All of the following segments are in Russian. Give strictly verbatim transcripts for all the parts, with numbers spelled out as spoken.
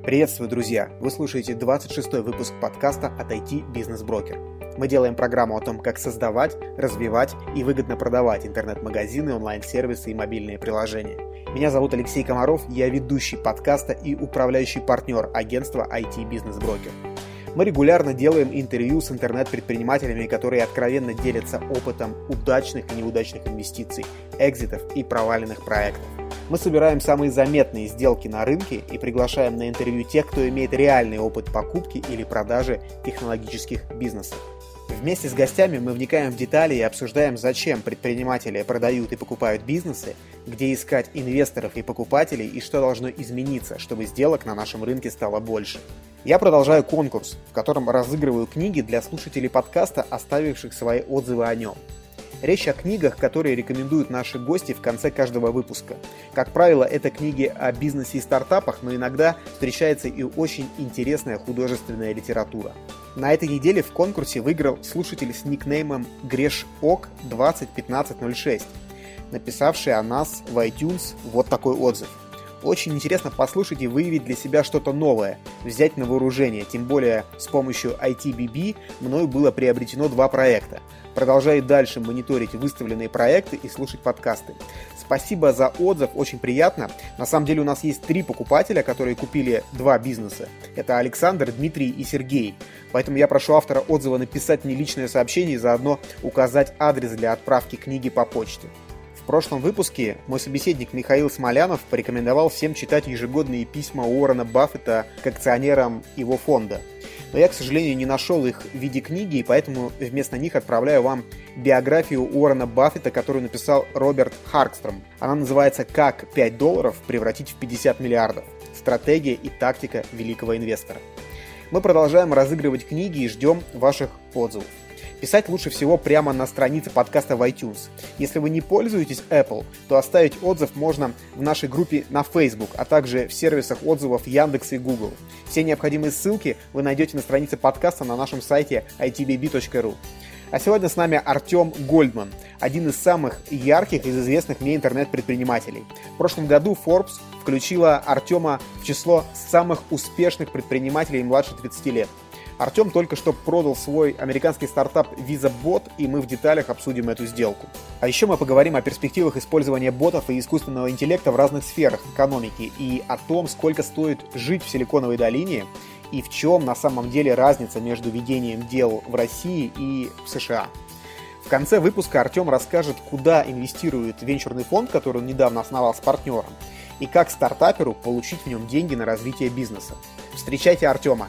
Приветствую, друзья! Вы слушаете двадцать шестой выпуск подкаста от ай ти Business Broker. Мы делаем программу о том, как создавать, развивать и выгодно продавать интернет-магазины, онлайн-сервисы и мобильные приложения. Меня зовут Алексей Комаров, я ведущий подкаста и управляющий партнер агентства ай ти Business Broker. Мы регулярно делаем интервью с интернет-предпринимателями, которые откровенно делятся опытом удачных и неудачных инвестиций, экзитов и проваленных проектов. Мы собираем самые заметные сделки на рынке и приглашаем на интервью тех, кто имеет реальный опыт покупки или продажи технологических бизнесов. Вместе с гостями мы вникаем в детали и обсуждаем, зачем предприниматели продают и покупают бизнесы, где искать инвесторов и покупателей и что должно измениться, чтобы сделок на нашем рынке стало больше. Я продолжаю конкурс, в котором разыгрываю книги для слушателей подкаста, оставивших свои отзывы о нем. Речь о книгах, которые рекомендуют наши гости в конце каждого выпуска. Как правило, это книги о бизнесе и стартапах, но иногда встречается и очень интересная художественная литература. На этой неделе в конкурсе выиграл слушатель с никнеймом грешок двадцать пятнадцать ноль шесть, написавший о нас в iTunes вот такой отзыв. Очень интересно послушать и выявить для себя что-то новое, взять на вооружение, тем более с помощью ай ти би би мною было приобретено два проекта. Продолжаю дальше мониторить выставленные проекты и слушать подкасты. Спасибо за отзыв, очень приятно. На самом деле у нас есть три покупателя, которые купили два бизнеса. Это Александр, Дмитрий и Сергей. Поэтому я прошу автора отзыва написать мне личное сообщение и заодно указать адрес для отправки книги по почте. В прошлом выпуске мой собеседник Михаил Смолянов порекомендовал всем читать ежегодные письма Уоррена Баффета к акционерам его фонда. Но я, к сожалению, не нашел их в виде книги, и поэтому вместо них отправляю вам биографию Уоррена Баффета, которую написал Роберт Харкстром. Она называется «Как пять долларов превратить в пятьдесят миллиардов. Стратегия и тактика великого инвестора». Мы продолжаем разыгрывать книги и ждем ваших отзывов. Писать лучше всего прямо на странице подкаста в iTunes. Если вы не пользуетесь Apple, то оставить отзыв можно в нашей группе на Facebook, а также в сервисах отзывов Яндекс и Google. Все необходимые ссылки вы найдете на странице подкаста на нашем сайте ай ти би би точка ру. А сегодня с нами Артем Гольдман, один из самых ярких из известных мне интернет-предпринимателей. В прошлом году Forbes включила Артема в число самых успешных предпринимателей младше тридцати лет. Артем только что продал свой американский стартап VisaBot, и мы в деталях обсудим эту сделку. А еще мы поговорим о перспективах использования ботов и искусственного интеллекта в разных сферах экономики и о том, сколько стоит жить в Силиконовой долине и в чем на самом деле разница между ведением дел в России и в США. В конце выпуска Артем расскажет, куда инвестирует венчурный фонд, который он недавно основал с партнером, и как стартаперу получить в нем деньги на развитие бизнеса. Встречайте Артема!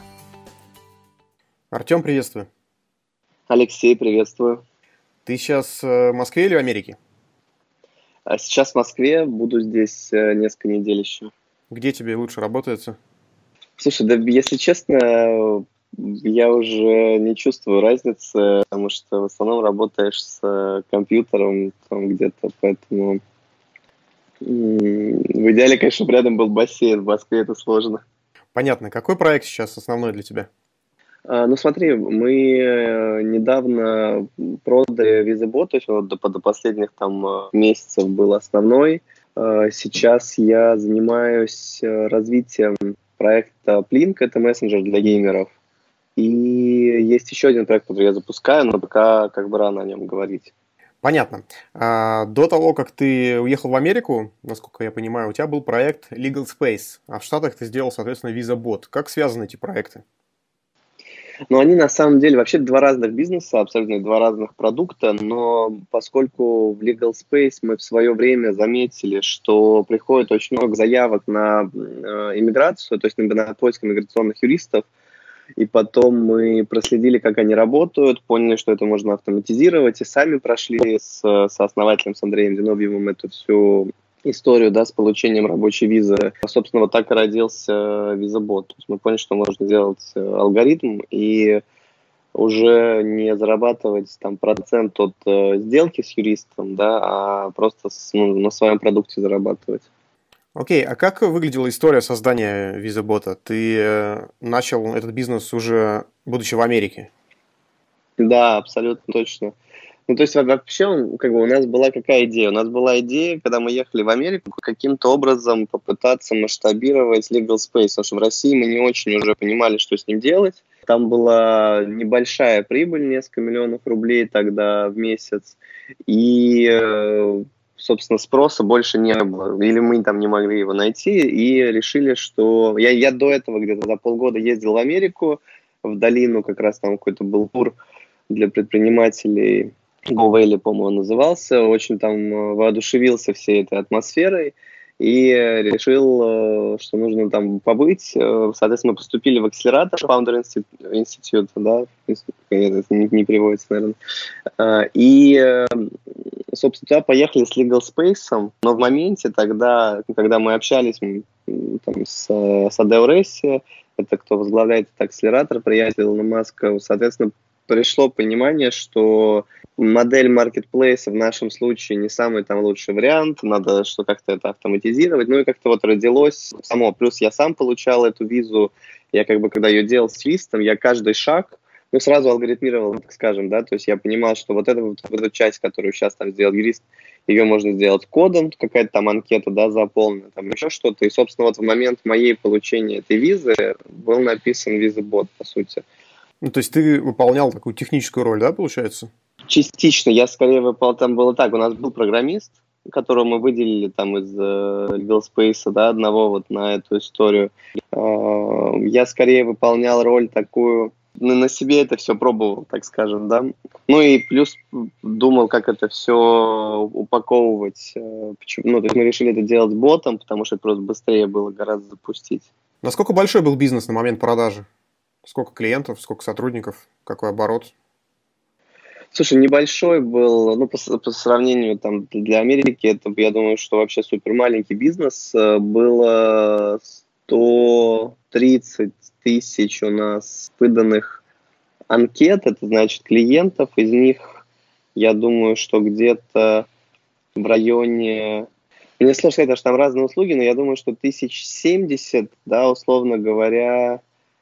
Артем, приветствую. Алексей, приветствую. Ты сейчас в Москве или в Америке? Сейчас в Москве, буду здесь несколько недель еще. Где тебе лучше работается? Слушай, да если честно, я уже не чувствую разницы, потому что в основном работаешь с компьютером там где-то, поэтому в идеале, конечно, рядом был бассейн, в Москве это сложно. Понятно. Какой проект сейчас основной для тебя? Ну смотри, мы недавно продали VisaBot, то есть вот до, до последних там месяцев был основной. Сейчас я занимаюсь развитием проекта Plink, это мессенджер для геймеров. И есть еще один проект, который я запускаю, но пока как бы рано о нем говорить. Понятно. А, до того, как ты уехал в Америку, насколько я понимаю, у тебя был проект Legal Space, а в Штатах ты сделал, соответственно, VisaBot. Как связаны эти проекты? Но они на самом деле вообще два разных бизнеса, абсолютно два разных продукта, но поскольку в Legal Space мы в свое время заметили, что приходит очень много заявок на э, иммиграцию, то есть на, на поиск иммиграционных юристов, и потом мы проследили, как они работают, поняли, что это можно автоматизировать, и сами прошли с сооснователем, с Андреем Зиновьевым эту всю историю, да, с получением рабочей визы. Собственно, вот так и родился VisaBot. То есть мы поняли, что можно сделать алгоритм и уже не зарабатывать там процент от э, сделки с юристом, да, а просто с, ну, на своем продукте зарабатывать. Окей, а как выглядела история создания VisaBot? Ты э, начал этот бизнес уже будучи в Америке? Да, абсолютно точно. Ну, то есть вообще, как бы у нас была какая идея? У нас была идея, когда мы ехали в Америку, каким-то образом попытаться масштабировать Legal Space, потому что в России мы не очень уже понимали, что с ним делать. Там была небольшая прибыль, несколько миллионов рублей тогда в месяц, и, собственно, спроса больше не было, или мы там не могли его найти, и решили, что... Я, я до этого где-то за полгода ездил в Америку, в долину, как раз там какой-то был тур для предпринимателей, Go Valley, по-моему, он назывался, очень там воодушевился всей этой атмосферой и решил, что нужно там побыть. Соответственно, мы поступили в акселератор Founder Institute, да, это не, не переводится, наверное. И, собственно, туда поехали с Legal Space, но в моменте тогда, когда мы общались там, с, с Адео Ресси, это кто возглавляет этот акселератор, приятель Илона Маска, соответственно, пришло понимание, что модель маркетплейса в нашем случае не самый там лучший вариант, надо что как-то это автоматизировать, ну и как-то вот родилось само. Плюс я сам получал эту визу, я как бы, когда ее делал с листом, я каждый шаг, ну, сразу алгоритмировал, так скажем, да, то есть я понимал, что вот, это, вот эту часть, которую сейчас там сделал юрист, ее можно сделать кодом, какая-то там анкета, да, заполнена, там еще что-то, и, собственно, вот в момент моей получения этой визы был написан виза-бот, по сути. Ну, то есть ты выполнял такую техническую роль, да, получается? Частично. Я скорее выполнял, там было так, у нас был программист, которого мы выделили там из uh, Legal Space, да, одного вот на эту историю. Uh, я скорее выполнял роль такую, ну, на себе это все пробовал, так скажем, да. Ну и плюс думал, как это все упаковывать. Uh, почему? Ну, то есть мы решили это делать ботом, потому что это просто быстрее было гораздо запустить. Насколько большой был бизнес на момент продажи? Сколько клиентов, сколько сотрудников, какой оборот? Слушай, небольшой был, ну, по, по сравнению там для Америки, это, я думаю, что вообще супер маленький бизнес. Было сто тридцать тысяч у нас выданных анкет, это значит клиентов, из них, я думаю, что где-то в районе... Мне сложно сказать, потому что там разные услуги, но я думаю, что тысяч семьдесят, да, условно говоря,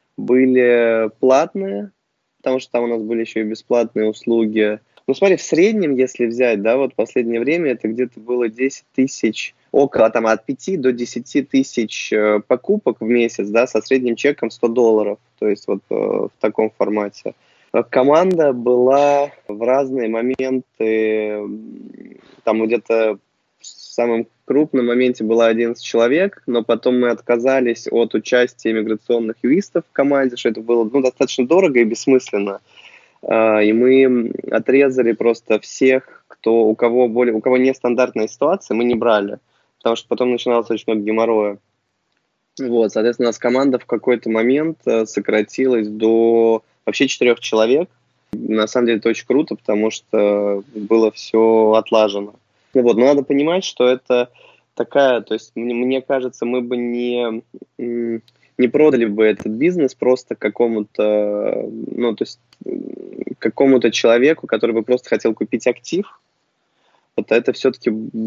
были платные, потому что там у нас были еще и бесплатные услуги. Ну, смотри, в среднем, если взять, да, вот в последнее время это где-то было десять тысяч, около там от пяти до десяти тысяч покупок в месяц, да, со средним чеком сто долларов, то есть вот э, в таком формате. Команда была в разные моменты, там где-то в самом крупном моменте было одиннадцать человек, но потом мы отказались от участия миграционных юристов в команде, что это было, ну, достаточно дорого и бессмысленно. И мы отрезали просто всех, кто, у кого более, у кого нестандартная ситуация, мы не брали, потому что потом начиналось очень много геморроя. Вот, соответственно, у нас команда в какой-то момент сократилась до вообще четырех человек. На самом деле это очень круто, потому что было все отлажено. Вот, но надо понимать, что это такая, то есть мне, мне кажется, мы бы не, не продали бы этот бизнес просто какому-то, ну, то есть какому-то человеку, который бы просто хотел купить актив. Вот это все-таки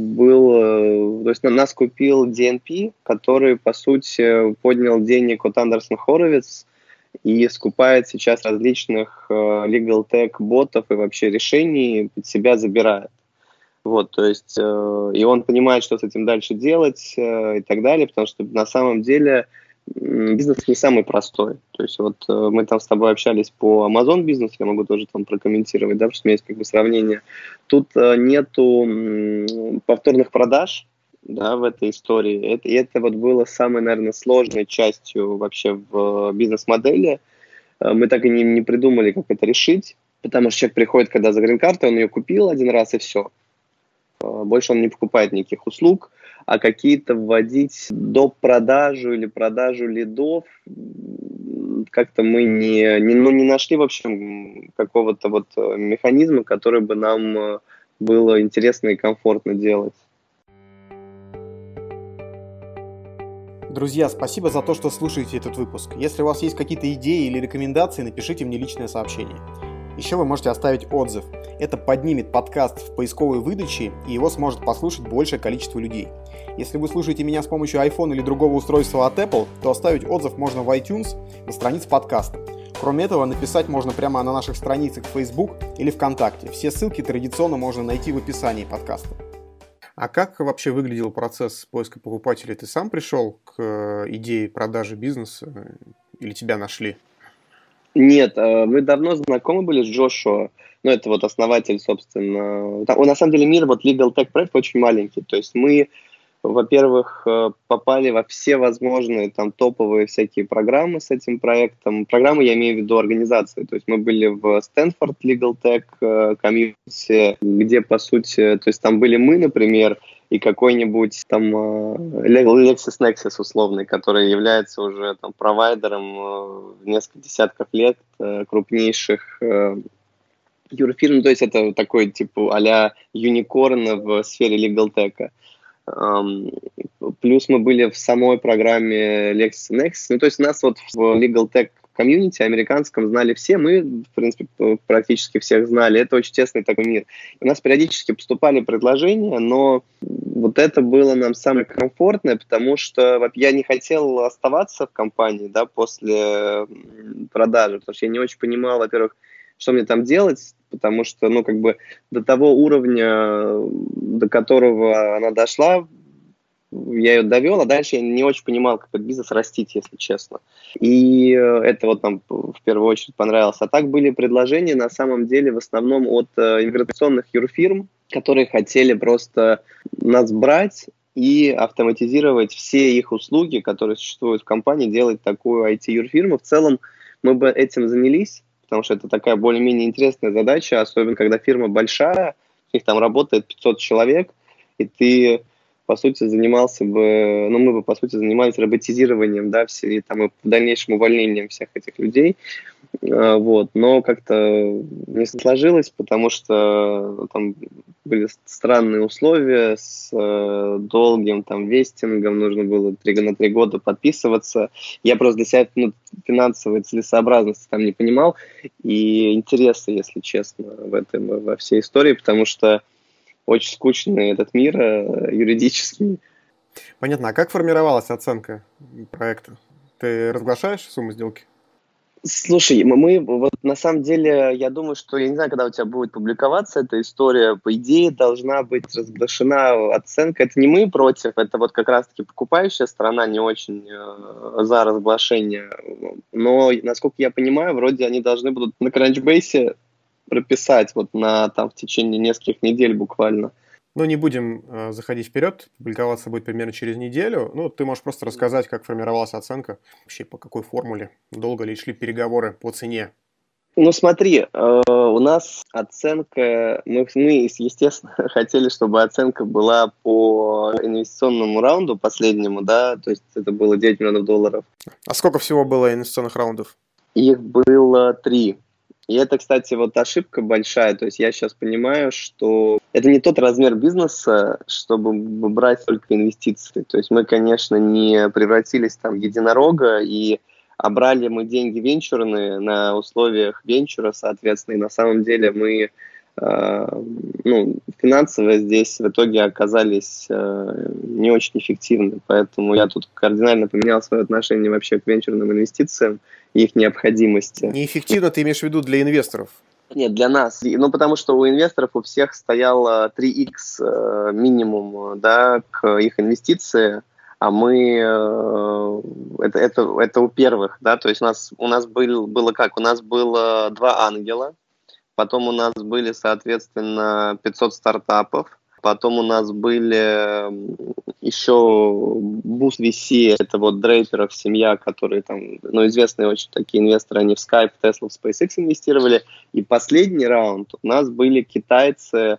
был, то есть нас купил ди эн пи, который, по сути, поднял денег от Андерсон Хоровиц и скупает сейчас различных legal tech ботов и вообще решений, под себя забирает. Вот, то есть, э, и он понимает, что с этим дальше делать э, и так далее, потому что на самом деле э, бизнес не самый простой. То есть, вот э, мы там с тобой общались по Amazon бизнесу, я могу тоже там прокомментировать, да, потому что у меня есть как бы сравнение. Тут э, нету э, повторных продаж, да, в этой истории. Это, и это вот было самой, наверное, сложной частью вообще в бизнес-модели. Э, мы так и не, не придумали, как это решить, потому что человек приходит, когда за грин-картой, он ее купил один раз и все. Больше он не покупает никаких услуг, а какие-то вводить доп. Продажу или продажу лидов как-то мы не, не, ну, не нашли, в общем, какого-то вот механизма, который бы нам было интересно и комфортно делать. Друзья, спасибо за то, что слушаете этот выпуск. Если у вас есть какие-то идеи или рекомендации, напишите мне личное сообщение. Еще вы можете оставить отзыв. Это поднимет подкаст в поисковой выдаче, и его сможет послушать большее количество людей. Если вы слушаете меня с помощью iPhone или другого устройства от Apple, то оставить отзыв можно в iTunes на странице подкаста. Кроме этого, написать можно прямо на наших страницах в Facebook или ВКонтакте. Все ссылки традиционно можно найти в описании подкаста. А как вообще выглядел процесс поиска покупателей? Ты сам пришел к идее продажи бизнеса или тебя нашли? Нет, мы давно знакомы были с Джошуа. Ну, это вот основатель, собственно. Там, на самом деле мир вот Legal Tech проект очень маленький. То есть мы, во-первых, попали во все возможные там топовые всякие программы с этим проектом. Программы я имею в виду организации. То есть мы были в Stanford Legal Tech комьюнити, где, по сути, то есть там были мы, например, и какой-нибудь там LexisNexis условный, который является уже там провайдером в несколько десятков лет крупнейших юрфирм. То есть это такой типа а-ля юникорн в сфере Legal Tech. Um, плюс мы были в самой программе LexisNexis. Ну, то есть нас вот в Legal Tech комьюнити американском знали все, мы, в принципе, практически всех знали. Это очень тесный такой мир. У нас периодически поступали предложения, но вот это было нам самое комфортное, потому что я не хотел оставаться в компании, да, после продажи, потому что я не очень понимал, во-первых, что мне там делать, потому что, ну, как бы до того уровня, до которого она дошла, я ее довел, а дальше я не очень понимал, как этот бизнес растить, если честно. И это вот нам в первую очередь понравилось. А так были предложения, на самом деле, в основном от иммиграционных юрфирм, которые хотели просто нас брать и автоматизировать все их услуги, которые существуют в компании, делать такую ай ти-юрфирму. В целом мы бы этим занялись, потому что это такая более-менее интересная задача, особенно когда фирма большая, у них там работает пятьсот человек, и ты, по сути, занимался бы, ну, мы бы, по сути, занимались роботизированием, да, все, и там и дальнейшим увольнением всех этих людей, вот, но как-то не сложилось, потому что там были странные условия с долгим там вестингом, нужно было три, на три года подписываться. Я просто для себя, ну, финансовой целесообразности там не понимал и интереса, если честно, в этом, во всей истории, потому что очень скучный этот мир юридический. Понятно. А как формировалась оценка проекта? Ты разглашаешь сумму сделки? Слушай, мы вот на самом деле, я думаю, что я не знаю, когда у тебя будет публиковаться эта история, по идее должна быть разглашена оценка. Это не мы против, это вот как раз-таки покупающая сторона не очень э, за разглашение. Но, насколько я понимаю, вроде они должны будут на Crunchbase прописать вот на там в течение нескольких недель буквально. Ну, не будем э, заходить вперед, публиковаться будет примерно через неделю. Ну, ты можешь просто рассказать, как формировалась оценка, вообще по какой формуле, долго ли шли переговоры по цене. Ну, смотри, э, у нас оценка, мы, мы, естественно, хотели, чтобы оценка была по инвестиционному раунду последнему, да, то есть это было девять миллионов долларов. А сколько всего было инвестиционных раундов? Их было три. И это, кстати, вот ошибка большая. То есть я сейчас понимаю, что это не тот размер бизнеса, чтобы брать только инвестиции. То есть мы, конечно, не превратились там в единорога, и а брали мы деньги венчурные на условиях венчура, соответственно. И на самом деле мы э, ну, финансово здесь в итоге оказались э, не очень эффективны. Поэтому я тут кардинально поменял свое отношение вообще к венчурным инвестициям и их необходимости. Неэффективно ты имеешь в виду для инвесторов? Нет, для нас. Ну, потому что у инвесторов у всех стояло три икс э, минимум, да, к их инвестиции, а мы... Э, это, это, это у первых, да, то есть у нас, у нас был, было как? У нас было два ангела, потом у нас были, соответственно, пятьсот стартапов, потом у нас были еще Boost ви си, это вот Дрейперов семья, которые там, ну, известные очень такие инвесторы, они в Skype, Tesla, в SpaceX инвестировали. И последний раунд у нас были китайцы,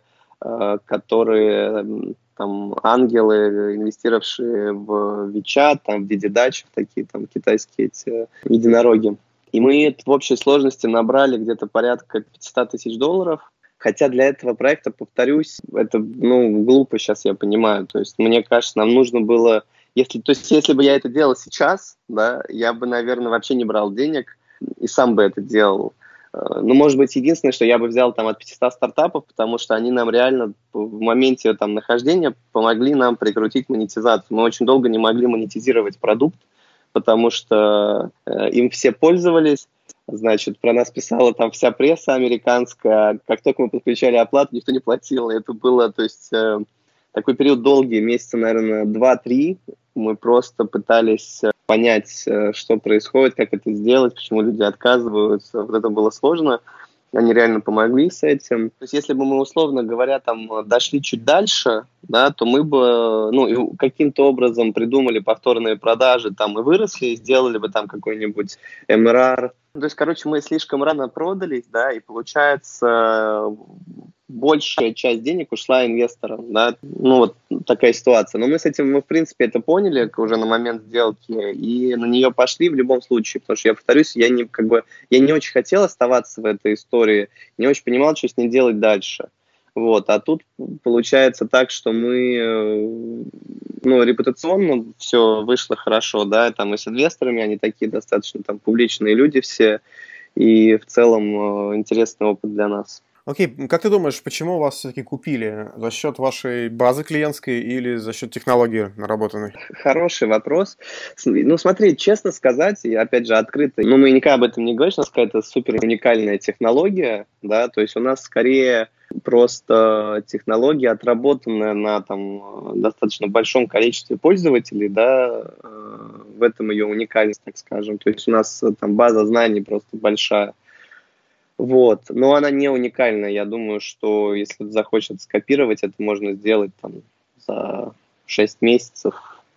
которые там ангелы, инвестировавшие в WeChat, там, в Dididaч, такие там китайские эти единороги. И мы в общей сложности набрали где-то порядка пятьсот тысяч долларов. Хотя для этого проекта, повторюсь, это, ну, глупо сейчас, я понимаю. То есть, мне кажется, нам нужно было... Если, то есть, если бы я это делал сейчас, да, я бы, наверное, вообще не брал денег и сам бы это делал. Ну, может быть, единственное, что я бы взял там от пятисот стартапов, потому что они нам реально в моменте там нахождения помогли нам прикрутить монетизацию. Мы очень долго не могли монетизировать продукт, потому что э, им все пользовались, Значит, про нас писала там вся пресса американская. Как только мы подключали оплату, никто не платил. Это было, то есть, э, такой период долгий, месяца, наверное, два-три. Мы просто пытались понять, э, что происходит, как это сделать, почему люди отказываются. Вот это было сложно. Они реально помогли с этим. То есть, если бы мы, условно говоря, там дошли чуть дальше, да, то мы бы, ну, каким-то образом придумали повторные продажи, там, и выросли, и сделали бы там какой-нибудь эм эр ар. То есть, короче, мы слишком рано продались, да, и получается, большая часть денег ушла инвесторам, да, ну, вот такая ситуация. Но мы с этим, мы, в принципе, это поняли уже на момент сделки, и на нее пошли в любом случае, потому что, я повторюсь, я не, как бы, я не очень хотел оставаться в этой истории, не очень понимал, что с ней делать дальше. Вот, а тут получается так, что мы, ну, репутационно все вышло хорошо, да, там и с инвесторами, они такие достаточно там публичные люди все, и в целом интересный опыт для нас. Окей, как ты думаешь, почему вас все-таки купили? За счет вашей базы клиентской или за счет технологии наработанной? Хороший вопрос. Ну, смотри, честно сказать, и опять же открыто, ну, мы никогда об этом не говорим, у нас какая-то супер уникальная технология, да, то есть у нас скорее просто технология, отработанная на там достаточно большом количестве пользователей, да, в этом ее уникальность, так скажем. То есть у нас там база знаний просто большая. Вот, но она не уникальная. Я думаю, что если захочет скопировать, это можно сделать там за шесть месяцев,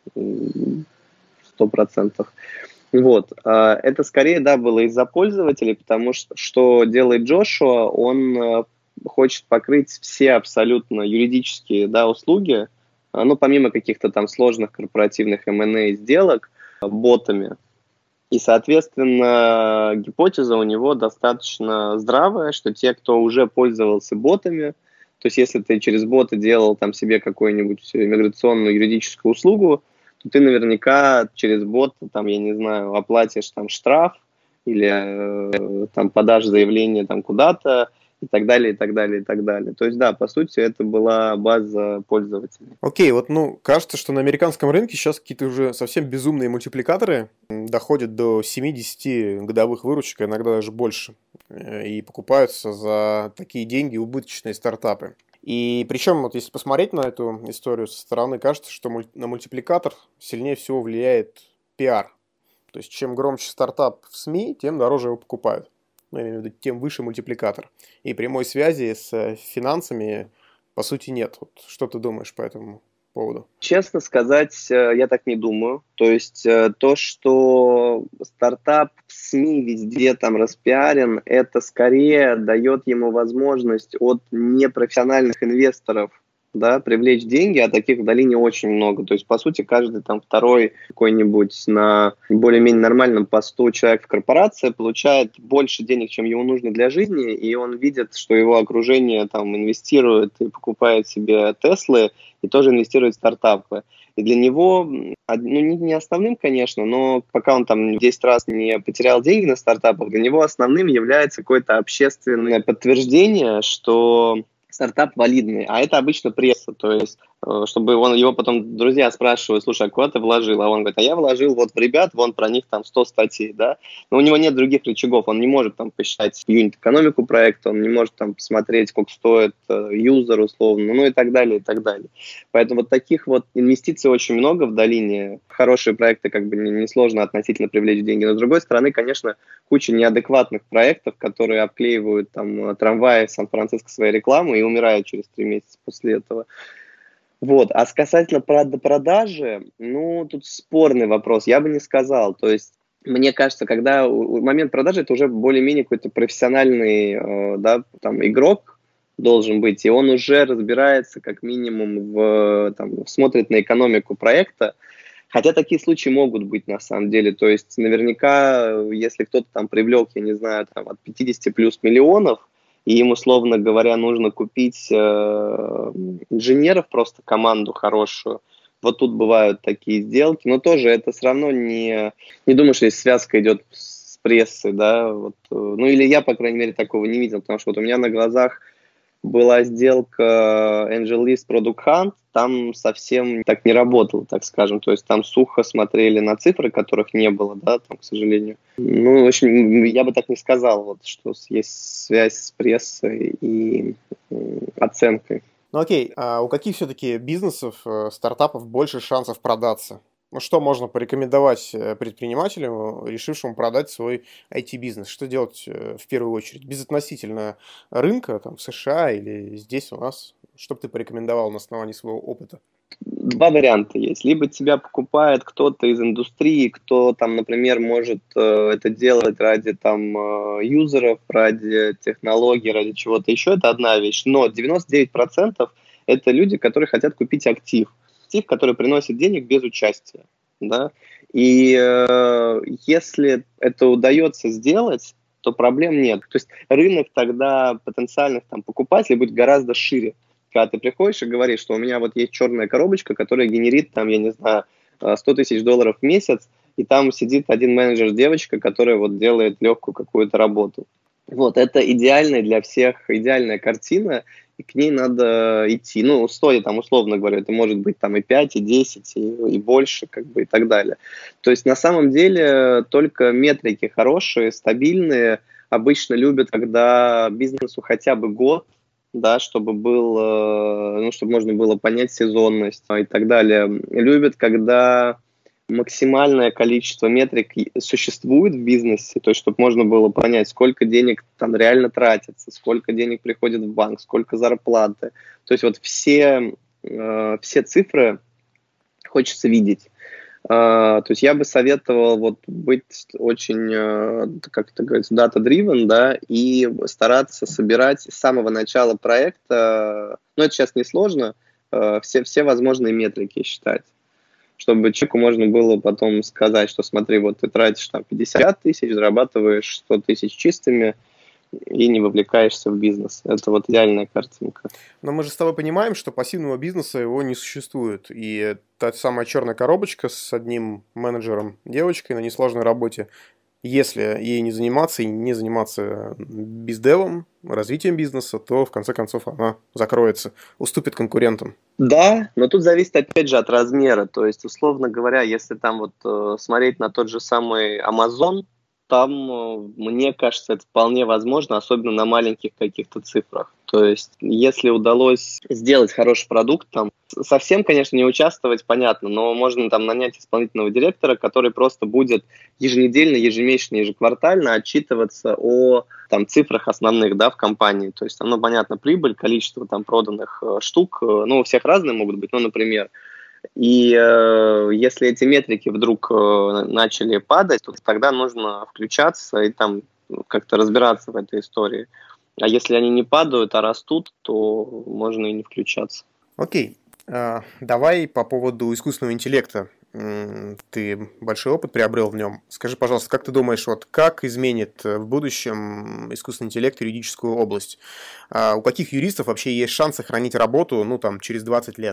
сто процентов. Вот, это скорее, да, было из-за пользователей, потому что что делает Джошуа, он хочет покрыть все абсолютно юридические, да, услуги, ну, помимо каких-то там сложных корпоративных эм энд эй сделок, ботами. И, соответственно, гипотеза у него достаточно здравая, что те, кто уже пользовался ботами, то есть если ты через боты делал там себе какую-нибудь иммиграционную юридическую услугу, то ты наверняка через бот, там, я не знаю, оплатишь там штраф или э, там подашь заявление там куда-то, и так далее, и так далее, и так далее. То есть, да, по сути, это была база пользователей. Окей, вот, ну, кажется, что на американском рынке сейчас какие-то уже совсем безумные мультипликаторы доходят до семидесяти годовых выручек, а иногда даже больше, и покупаются за такие деньги убыточные стартапы. И причем, вот если посмотреть на эту историю со стороны, кажется, что на мультипликатор сильнее всего влияет пиар. То есть, чем громче стартап в СМИ, тем дороже его покупают. Ну, я имею в виду, тем выше мультипликатор. И прямой связи с финансами, по сути, нет. Вот что ты думаешь по этому поводу? Честно сказать, я так не думаю. То есть то, что стартап в СМИ везде там распиарен, это скорее дает ему возможность от непрофессиональных инвесторов, да, привлечь деньги, а таких в долине очень много. То есть, по сути, каждый там второй какой-нибудь на более-менее нормальном посту человек в корпорации получает больше денег, чем ему нужно для жизни, и он видит, что его окружение там инвестирует и покупает себе Теслы, и тоже инвестирует в стартапы. И для него, ну, не основным, конечно, но пока он там десять раз не потерял деньги на стартапах, для него основным является какое-то общественное подтверждение, что стартап валидный, а это обычно пресса, то есть, чтобы он, его потом друзья спрашивают, слушай, а куда ты вложил? А он говорит, а я вложил вот в ребят, вон про них там сто статей, да, но у него нет других рычагов, он не может там посчитать юнит-экономику проекта, он не может там посмотреть, сколько стоит юзер условно, ну и так далее, и так далее. Поэтому вот таких вот инвестиций очень много в долине, хорошие проекты как бы несложно относительно привлечь деньги, но с другой стороны, конечно, куча неадекватных проектов, которые обклеивают там трамваи в Сан-Франциско своей рекламой и умирают через три месяца после этого. Вот. А касательно продажи, ну, тут спорный вопрос, я бы не сказал. То есть, мне кажется, когда момент продажи, это уже более-менее какой-то профессиональный, э, да, там, игрок должен быть, и он уже разбирается как минимум, в, там, смотрит на экономику проекта. Хотя такие случаи могут быть на самом деле. То есть, наверняка, если кто-то там привлек, я не знаю, там, от пятидесяти плюс миллионов, и им, условно говоря, нужно купить э, инженеров, просто команду хорошую. Вот тут бывают такие сделки, но тоже это все равно не... Не думаю, что здесь связка идет с прессой, да, вот, ну или я, по крайней мере, такого не видел, потому что вот у меня на глазах была сделка AngelList Product Hunt, там совсем так не работало, так скажем. То есть там сухо смотрели на цифры, которых не было, да, там, к сожалению. Ну, в общем, я бы так не сказал, вот, что есть связь с прессой и э, оценкой. Ну окей, а у каких все-таки бизнесов, э, стартапов больше шансов продаться? Ну что можно порекомендовать э, предпринимателю, решившему продать свой ай ти-бизнес? Что делать э, в первую очередь? Безотносительно рынка, там, в США или здесь у нас? Что бы ты порекомендовал на основании своего опыта? Два варианта есть. Либо тебя покупает кто-то из индустрии, кто там, например, может э, это делать ради там э, юзеров, ради технологий, ради чего-то еще. Это одна вещь. Но девяносто девять процентов это люди, которые хотят купить актив. Актив, который приносит денег без участия. Да? И э, если это удается сделать, то проблем нет. То есть рынок тогда потенциальных там покупателей будет гораздо шире. Когда ты приходишь и говоришь, что у меня вот есть черная коробочка, которая генерит, там, я не знаю, сто тысяч долларов в месяц, и там сидит один менеджер, девочка, которая вот делает легкую какую-то работу. Вот, это идеальная для всех, идеальная картина, и к ней надо идти. Ну, стоит там, условно говоря, это может быть там и пять, и десять, и, и больше, как бы, и так далее. То есть, на самом деле, только метрики хорошие, стабильные, обычно любят, когда бизнесу хотя бы год, да, чтобы был, ну, чтобы можно было понять сезонность и так далее. Любят, когда максимальное количество метрик существует в бизнесе, то есть чтобы можно было понять, сколько денег там реально тратится, сколько денег приходит в банк, сколько зарплаты. То есть вот все, все цифры хочется видеть. Uh, то есть я бы советовал вот быть очень, uh, как это говорится, data-driven, да, и стараться собирать с самого начала проекта, ну это сейчас несложно, uh, все, все возможные метрики считать, чтобы человеку можно было потом сказать, что смотри, вот ты тратишь там пятьдесят тысяч, зарабатываешь сто тысяч чистыми, и не вовлекаешься в бизнес. Это вот идеальная картинка. Но мы же с тобой понимаем, что пассивного бизнеса его не существует. И та самая черная коробочка с одним менеджером, девочкой на несложной работе, если ей не заниматься и не заниматься бездевом, развитием бизнеса, то в конце концов она закроется, уступит конкурентам. Да, но тут зависит опять же от размера. То есть, условно говоря, если там вот э, смотреть на тот же самый Amazon, там, мне кажется, это вполне возможно, особенно на маленьких каких-то цифрах. То есть, если удалось сделать хороший продукт, там, совсем, конечно, не участвовать, понятно, но можно там нанять исполнительного директора, который просто будет еженедельно, ежемесячно, ежеквартально отчитываться о там, цифрах основных, да, в компании. То есть, оно, понятно, прибыль, количество там проданных э, штук, э, ну, у всех разные могут быть, ну, например, и э, если эти метрики вдруг э, начали падать, то тогда нужно включаться и там как-то разбираться в этой истории. А если они не падают, а растут, то можно и не включаться. Окей. А, давай по поводу искусственного интеллекта. Ты большой опыт приобрел в нем. Скажи, пожалуйста, как ты думаешь, вот как изменит в будущем искусственный интеллект юридическую область? А у каких юристов вообще есть шанс сохранить работу, ну, там, через двадцать лет?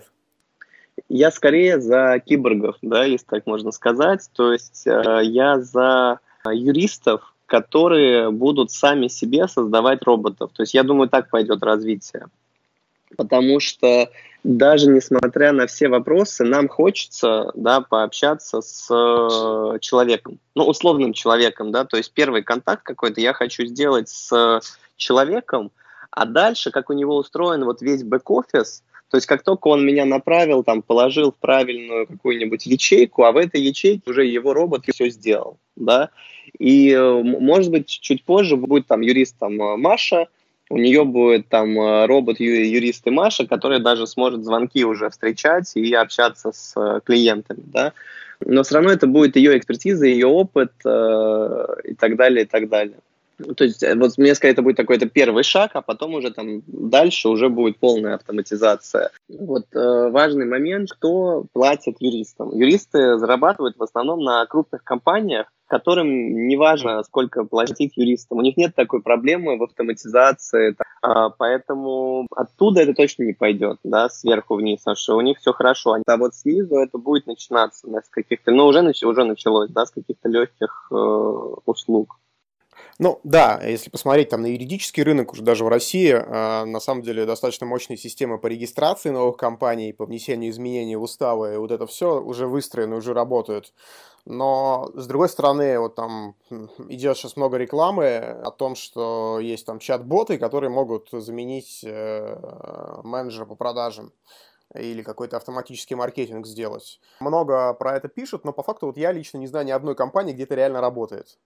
Я скорее за киборгов, да, если так можно сказать. То есть э, я за юристов, которые будут сами себе создавать роботов. То есть я думаю, так пойдет развитие. Потому что даже несмотря на все вопросы, нам хочется, да, пообщаться с э, человеком, ну, условным человеком, да, то есть первый контакт какой-то я хочу сделать с человеком, а дальше, как у него устроен вот весь бэк-офис, то есть как только он меня направил, там, положил в правильную какую-нибудь ячейку, а в этой ячейке уже его робот все сделал, да, и, может быть, чуть позже будет там юрист там, Маша, у нее будет там робот-юрист и Маша, который даже сможет звонки уже встречать и общаться с клиентами, да, но все равно это будет ее экспертиза, ее опыт э, и так далее, и так далее. То есть, вот мне сказать, это будет такой-то первый шаг, а потом уже там дальше уже будет полная автоматизация. Вот э, важный момент, кто платит юристам. Юристы зарабатывают в основном на крупных компаниях, которым не важно, сколько платить юристам. У них нет такой проблемы в автоматизации, э, поэтому оттуда это точно не пойдет, да, сверху вниз, потому что у них все хорошо. А вот снизу это будет начинаться да, с каких-то, ну уже, нач- уже началось, да, с каких-то легких э, услуг. Ну да, если посмотреть там на юридический рынок, уже даже в России, э, на самом деле достаточно мощные системы по регистрации новых компаний, по внесению изменений в уставы, и вот это все уже выстроено, уже работает. Но, с другой стороны, вот там м, идет сейчас много рекламы о том, что есть там чат-боты, которые могут заменить э, менеджера по продажам или какой-то автоматический маркетинг сделать. Много про это пишут, но по факту вот я лично не знаю ни одной компании, где это реально работает.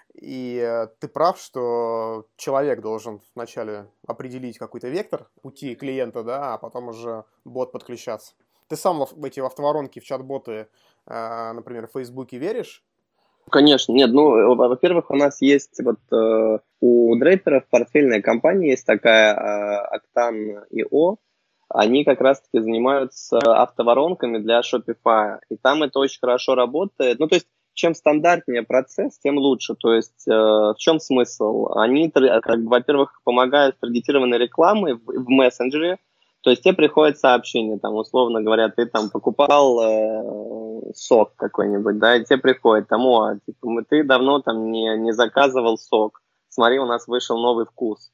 И э, ты прав, что человек должен вначале определить какой-то вектор пути клиента, да, а потом уже бот подключаться. Ты сам в эти автоворонки, в чат-боты, э, например, в Фейсбуке веришь? Конечно, нет, ну, э, во- во-первых, у нас есть вот э, у дрейперов портфельная компания, есть такая э, Octane точка io, они как раз-таки занимаются автоворонками для Shopify, и там это очень хорошо работает. Ну, то есть, чем стандартнее процесс, тем лучше. То есть, э, в чем смысл? Они, тр- как бы, во-первых, помогают с таргетированной рекламой в, в мессенджере. То есть, тебе приходит сообщение, там, условно говоря, ты там покупал э, сок какой-нибудь, да, и тебе приходит, там, о, типа, мы- ты давно там не, не заказывал сок, смотри, у нас вышел новый вкус.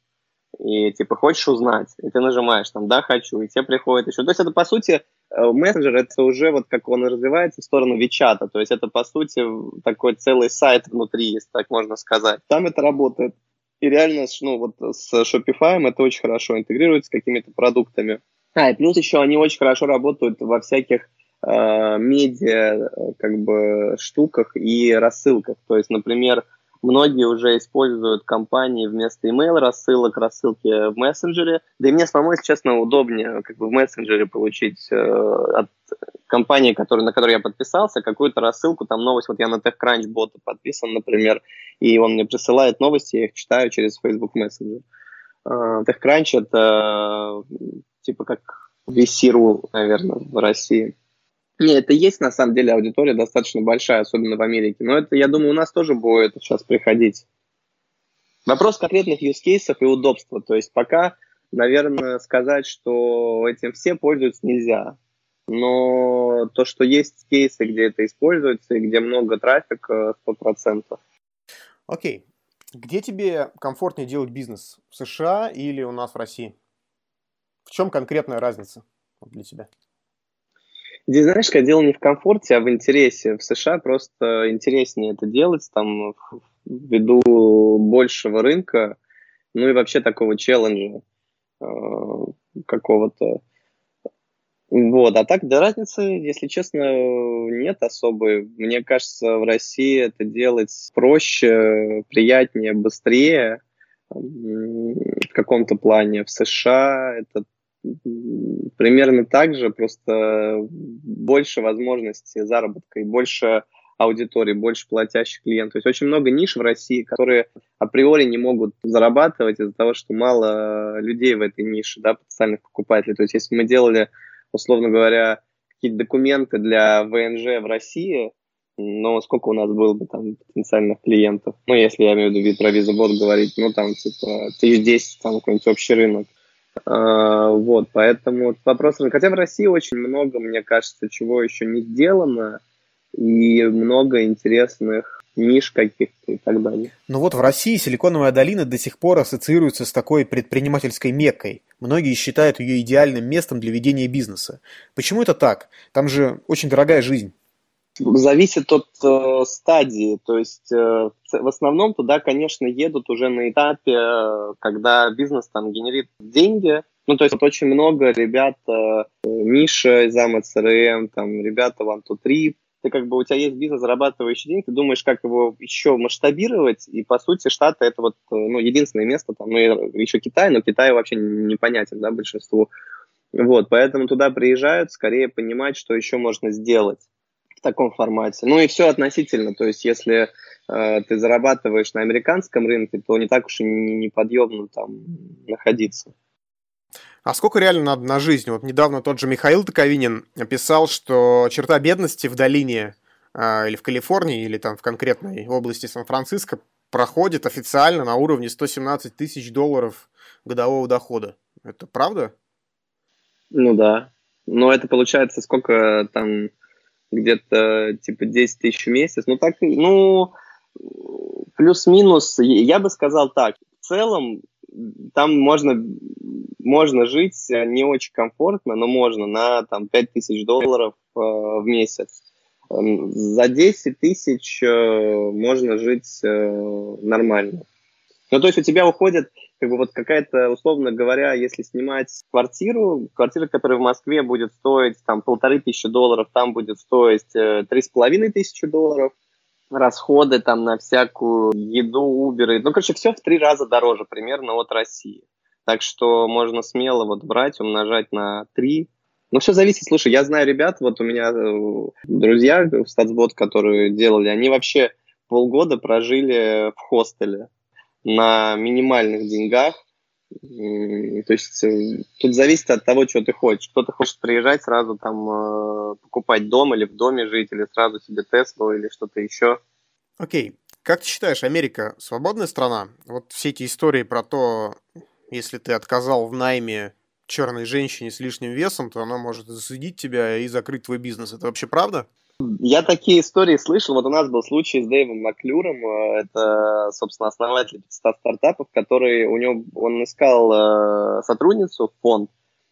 И типа хочешь узнать, и ты нажимаешь там «да, хочу», и тебе приходит еще. То есть это, по сути, э, мессенджер, это уже вот как он развивается в сторону Вичата, то есть это, по сути, такой целый сайт внутри, если так можно сказать. Там это работает. И реально, с- ну, вот с Shopify это очень хорошо интегрируется с какими-то продуктами. А, и плюс еще они очень хорошо работают во всяких э, медиа, э, как бы, штуках и рассылках. То есть, например, многие уже используют компании вместо email рассылок, рассылки в мессенджере. Да и мне самому, если честно, удобнее как бы в мессенджере получить э, от компании, который, на которую я подписался, какую-то рассылку, там новость. Вот я на TechCrunch бота подписан, например, и он мне присылает новости, я их читаю через Facebook Messenger. Э, TechCrunch это э, типа как ви си.ру, наверное, в России. Нет, это есть, на самом деле, аудитория достаточно большая, особенно в Америке. Но это, я думаю, у нас тоже будет сейчас приходить. Вопрос конкретных use cases и удобства. То есть пока, наверное, сказать, что этим все пользуются, нельзя. Но то, что есть кейсы, где это используется и где много трафика, сто процентов. Окей. Где тебе комфортнее делать бизнес? В США или у нас в России? В чем конкретная разница для тебя? Здесь, знаешь, как дело не в комфорте, а в интересе. В США просто интереснее это делать, там, ввиду большего рынка, ну и вообще такого челленджа э, какого-то. Вот, а так, да, разницы, если честно, нет особой. Мне кажется, в России это делать проще, приятнее, быстрее м, в каком-то плане. В США это м, примерно так же, просто больше возможностей заработка и больше аудитории, больше платящих клиентов. То есть очень много ниш в России, которые априори не могут зарабатывать из-за того, что мало людей в этой нише, да, потенциальных покупателей. То есть если мы делали, условно говоря, какие-то документы для вэ эн жэ в России, но сколько у нас было бы там потенциальных клиентов? Ну, если я имею в виду про визабот говорить, ну, там, типа, тысяч десять, там, какой-нибудь общий рынок. А, вот, поэтому вопрос... Хотя в России очень много, мне кажется, чего еще не сделано, и много интересных ниш каких-то и так далее. Ну вот в России Силиконовая долина до сих пор ассоциируется с такой предпринимательской Меккой. Многие считают ее идеальным местом для ведения бизнеса. Почему это так? Там же очень дорогая жизнь. Зависит от э, стадии, то есть э, в ц- в основном туда, конечно, едут уже на этапе, э, когда бизнес там генерит деньги. Ну, то есть вот очень много ребят, э, Миша из АМ си ар эм, там, ребята One Two Three. Ты как бы, у тебя есть бизнес, зарабатывающий деньги, ты думаешь, как его еще масштабировать, и, по сути, Штаты это вот, э, ну, единственное место, там, ну, и еще Китай, но Китай вообще непонятен, да, большинству. Вот, поэтому туда приезжают скорее понимать, что еще можно сделать в таком формате. Ну и все относительно, то есть если э, ты зарабатываешь на американском рынке, то не так уж и не- неподъемно там находиться. А сколько реально надо на жизнь? Вот недавно тот же Михаил Токовинин писал, что черта бедности в долине а, или в Калифорнии, или там в конкретной области Сан-Франциско проходит официально на уровне сто семнадцать тысяч долларов годового дохода. Это правда? Ну да. Но это получается сколько там, где-то типа десять тысяч в месяц. Ну так, и- ну плюс-минус, я бы сказал так, в целом там можно, можно жить не очень комфортно, но можно на там, пять тысяч долларов э, в месяц. За десять тысяч э, можно жить э, нормально. Ну, то есть у тебя уходит, как бы вот какая-то, условно говоря, если снимать квартиру, квартира, которая в Москве будет стоить там полторы тысячи долларов, там будет стоить э, три с половиной тысячи долларов, расходы там на всякую еду, Uber, ну, короче, все в три раза дороже примерно от России. Так что можно смело вот брать, умножать на три. Ну, все зависит. Слушай, я знаю ребят, вот у меня э, друзья в Статсбот, которые делали, они вообще полгода прожили в хостеле на минимальных деньгах. То есть э, тут зависит от того, что ты хочешь. Кто-то хочет приезжать сразу там э, покупать дом или в доме жить, или сразу себе Теслу или что-то еще. Окей. Как ты считаешь, Америка свободная страна? Вот все эти истории про то, если ты отказал в найме черной женщине с лишним весом, то она может засудить тебя и закрыть твой бизнес. Это вообще правда? Я такие истории слышал. Вот у нас был случай с Дэйвом Маклюром. Это, собственно, основатель пятисот стартапов, который у него, он искал э, сотрудницу в фонд,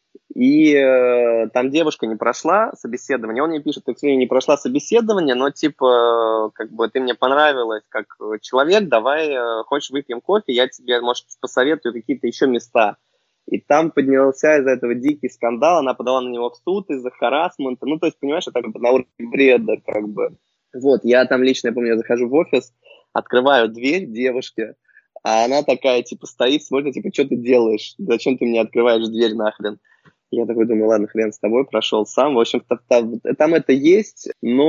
и э, там девушка не прошла собеседование. Он мне пишет, ты, к сожалению, не прошла собеседование, но типа, как бы ты мне понравилась как человек, давай, э, хочешь выпьем кофе, я тебе, может, посоветую какие-то еще места. И там поднялся из-за этого дикий скандал, она подала на него в суд из-за харассмента. Ну, то есть, понимаешь, это на уровне бреда, как бы. Вот, я там лично, я помню, я захожу в офис, открываю дверь девушке, а она такая, типа, стоит, смотрит, типа, что ты делаешь? Зачем ты мне открываешь дверь нахрен? Я такой думаю, ладно, хрен с тобой, прошел сам. В общем, там, там это есть,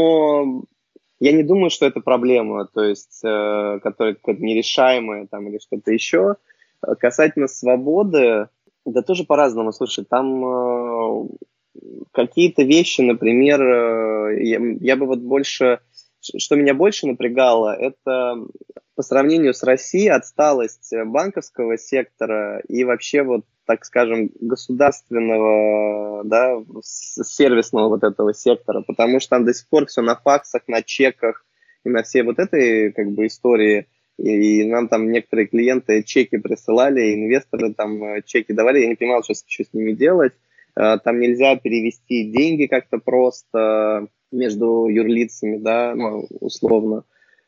но я не думаю, что это проблема, то есть, э, которая какая-то нерешаемая там, или что-то еще. Касательно свободы, да тоже по-разному. Слушай, там э, какие-то вещи, например, э, я, я бы вот больше... Что меня больше напрягало, это по сравнению с Россией отсталость банковского сектора и вообще вот, так скажем, государственного, да, сервисного вот этого сектора, потому что там до сих пор все на факсах, на чеках и на всей вот этой как бы истории. И нам там некоторые клиенты чеки присылали, инвесторы там чеки давали, я не понимал, что, что с ними делать. Там нельзя перевести деньги как-то просто между юрлицами, да, ну, условно.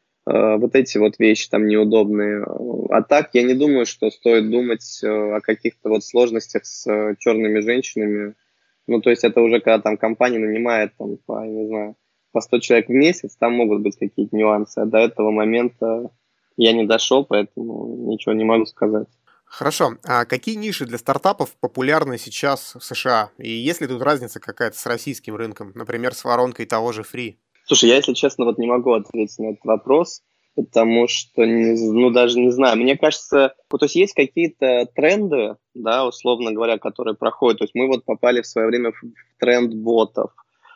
Вот эти вот вещи там неудобные. А так, я не думаю, что стоит думать о каких-то вот сложностях с черными женщинами. Ну, то есть это уже когда там компания нанимает там, по, я не знаю, по сто человек в месяц, там могут быть какие-то нюансы. А до этого момента я не дошел, поэтому ничего не могу сказать. Хорошо. А какие ниши для стартапов популярны сейчас в США? И есть ли тут разница какая-то с российским рынком? Например, с воронкой того же Free? Слушай, я, если честно, вот не могу ответить на этот вопрос, потому что, ну, даже не знаю. Мне кажется, то есть есть какие-то тренды, да, условно говоря, которые проходят. То есть мы вот попали в свое время в тренд ботов.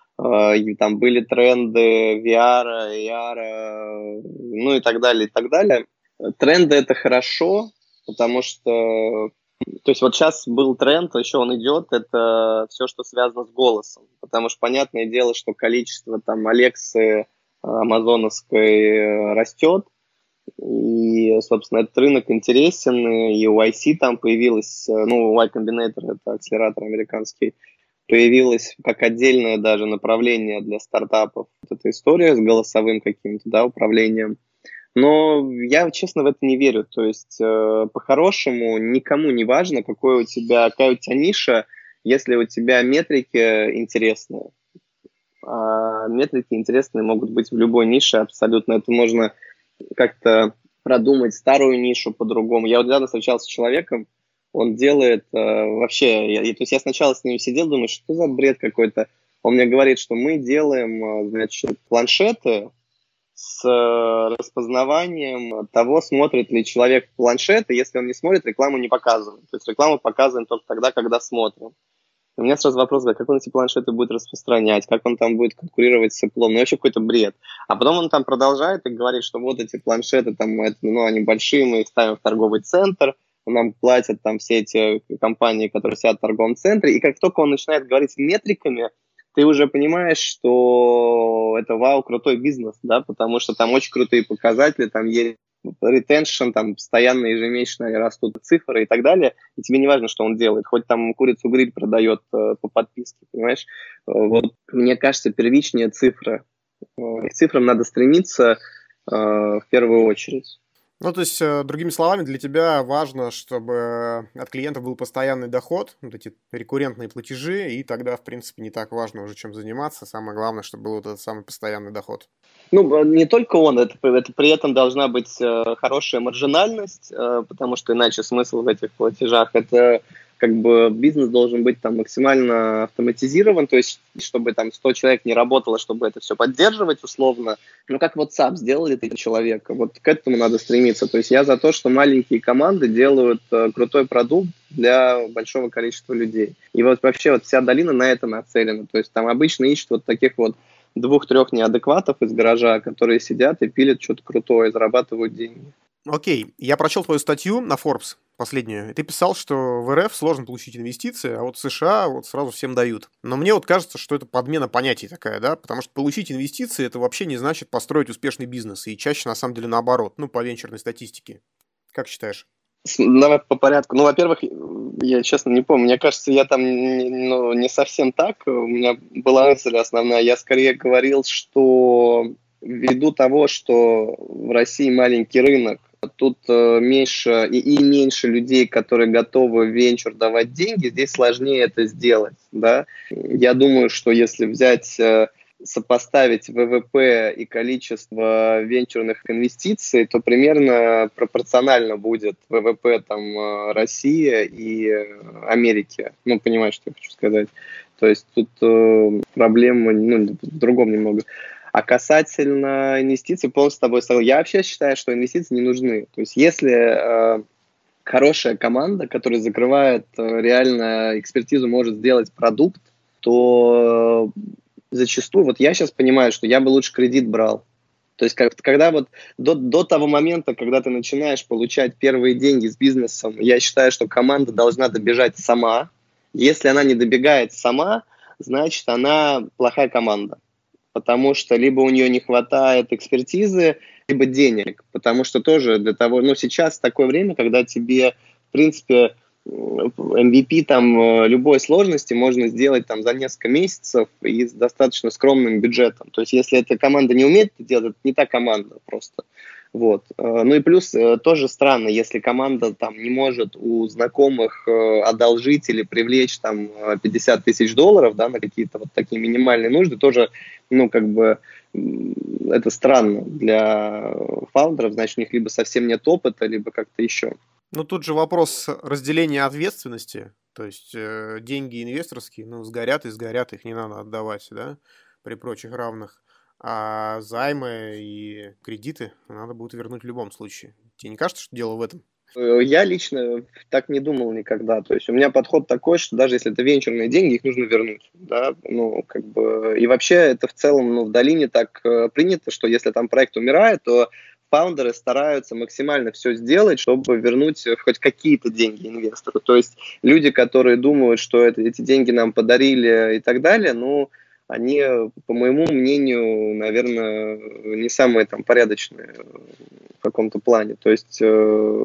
И там были тренды ви ар, эй ар, ну и так далее, и так далее. Тренды – это хорошо, потому что, то есть вот сейчас был тренд, еще он идет, это все, что связано с голосом, потому что понятное дело, что количество там Алексы амазоновской растет, и, собственно, этот рынок интересен, и у ай си там появилась, ну, Y Combinator, это акселератор американский, появилась как отдельное даже направление для стартапов. Вот эта история с голосовым каким-то, да, управлением. Но я, честно, в это не верю. То есть, э, по-хорошему, никому не важно, какой у тебя, какая у тебя ниша, если у тебя метрики интересные. А метрики интересные могут быть в любой нише абсолютно. Это можно как-то продумать старую нишу по-другому. Я вот недавно встречался с человеком, он делает э, вообще... Я, то есть я сначала с ним сидел, думаю, что за бред какой-то. Он мне говорит, что мы делаем, значит, планшеты с распознаванием того, смотрит ли человек в планшет, и если он не смотрит, рекламу не показываем. То есть рекламу показываем только тогда, когда смотрим. У меня сразу вопрос, как он эти планшеты будет распространять, как он там будет конкурировать с Apple, ну вообще какой-то бред. А потом он там продолжает и говорит, что вот эти планшеты, там, это, ну, они большие, мы их ставим в торговый центр, нам платят там все эти компании, которые сидят в торговом центре, и как только он начинает говорить метриками, ты уже понимаешь, что это вау, крутой бизнес, да, потому что там очень крутые показатели, там есть ретеншн, там постоянно ежемесячно растут цифры и так далее, и тебе не важно, что он делает, хоть там курицу-гриль продает э, по подписке, понимаешь? Э, Вот мне кажется, первичнее цифры. Э, К цифрам надо стремиться э, в первую очередь. Ну, то есть, э, другими словами, для тебя важно, чтобы от клиентов был постоянный доход, вот эти рекуррентные платежи, и тогда, в принципе, не так важно уже, чем заниматься. Самое главное, чтобы был вот этот самый постоянный доход. Ну, б- не только он, это, это при этом должна быть э, хорошая маржинальность, э, потому что иначе смысл в этих платежах это как бы бизнес должен быть там максимально автоматизирован, то есть чтобы там сто человек не работало, чтобы это все поддерживать условно. Ну, как WhatsApp сделали три человека, вот к этому надо стремиться. То есть я за то, что маленькие команды делают э, крутой продукт для большого количества людей. И вот вообще вот вся долина на это нацелена. То есть там обычно ищут вот таких вот двух-трех неадекватов из гаража, которые сидят и пилят что-то крутое, зарабатывают деньги. Окей, я прочел твою статью на Forbes последнюю, и ты писал, что в эр эф сложно получить инвестиции, а вот в США вот сразу всем дают. Но мне вот кажется, что это подмена понятий такая, да, потому что получить инвестиции это вообще не значит построить успешный бизнес, и чаще на самом деле наоборот, ну, по венчурной статистике. Как считаешь? С- Давай по порядку. Ну, во-первых, я честно не помню. Мне кажется, я там не, ну, не совсем так. У меня была мысль основная. Я скорее говорил, что ввиду того, что в России маленький рынок, тут э, меньше и, и меньше людей, которые готовы в венчур давать деньги, здесь сложнее это сделать. Да? Я думаю, что если взять э, сопоставить вэ вэ пэ и количество венчурных инвестиций, то примерно пропорционально будет вэ вэ пэ там, э, России и э, Америки. Ну, понимаешь, что я хочу сказать. То есть тут э, проблема ну, в другом немного. А касательно инвестиций, полностью с тобой согласен. Я вообще считаю, что инвестиции не нужны. То есть если э, хорошая команда, которая закрывает э, реально экспертизу, может сделать продукт, то э, зачастую, вот я сейчас понимаю, что я бы лучше кредит брал. То есть, как, когда вот до, до того момента, когда ты начинаешь получать первые деньги с бизнесом, я считаю, что команда должна добежать сама. Если она не добегает сама, значит, она плохая команда. Потому что либо у нее не хватает экспертизы, либо денег. Потому что тоже для того, ну, сейчас такое время, когда тебе, в принципе, эм ви пи там э, любой сложности можно сделать там за несколько месяцев и с достаточно скромным бюджетом. То есть, если эта команда не умеет это делать, это не та команда просто. Вот. Э, Ну и плюс э, тоже странно, если команда там не может у знакомых э, одолжить или привлечь там э, пятьдесят тысяч долларов, да, на какие-то вот такие минимальные нужды, тоже, ну, как бы м, это странно для фаундеров, значит, у них либо совсем нет опыта, либо как-то еще. Ну, тут же вопрос разделения ответственности, то есть э, деньги инвесторские, ну, сгорят и сгорят, их не надо отдавать, да, при прочих равных. А займы и кредиты надо будет вернуть в любом случае. Тебе не кажется, что дело в этом? Э, Я лично так не думал никогда. То есть у меня подход такой, что даже если это венчурные деньги, их нужно вернуть. Да? Ну, как бы... И вообще это в целом ну, в долине так э, принято, что если там проект умирает, то фаундеры стараются максимально все сделать, чтобы вернуть хоть какие-то деньги инвестору. То есть люди, которые думают, что это, эти деньги нам подарили и так далее, ну, они, по моему мнению, наверное, не самые там порядочные в каком-то плане. То есть э,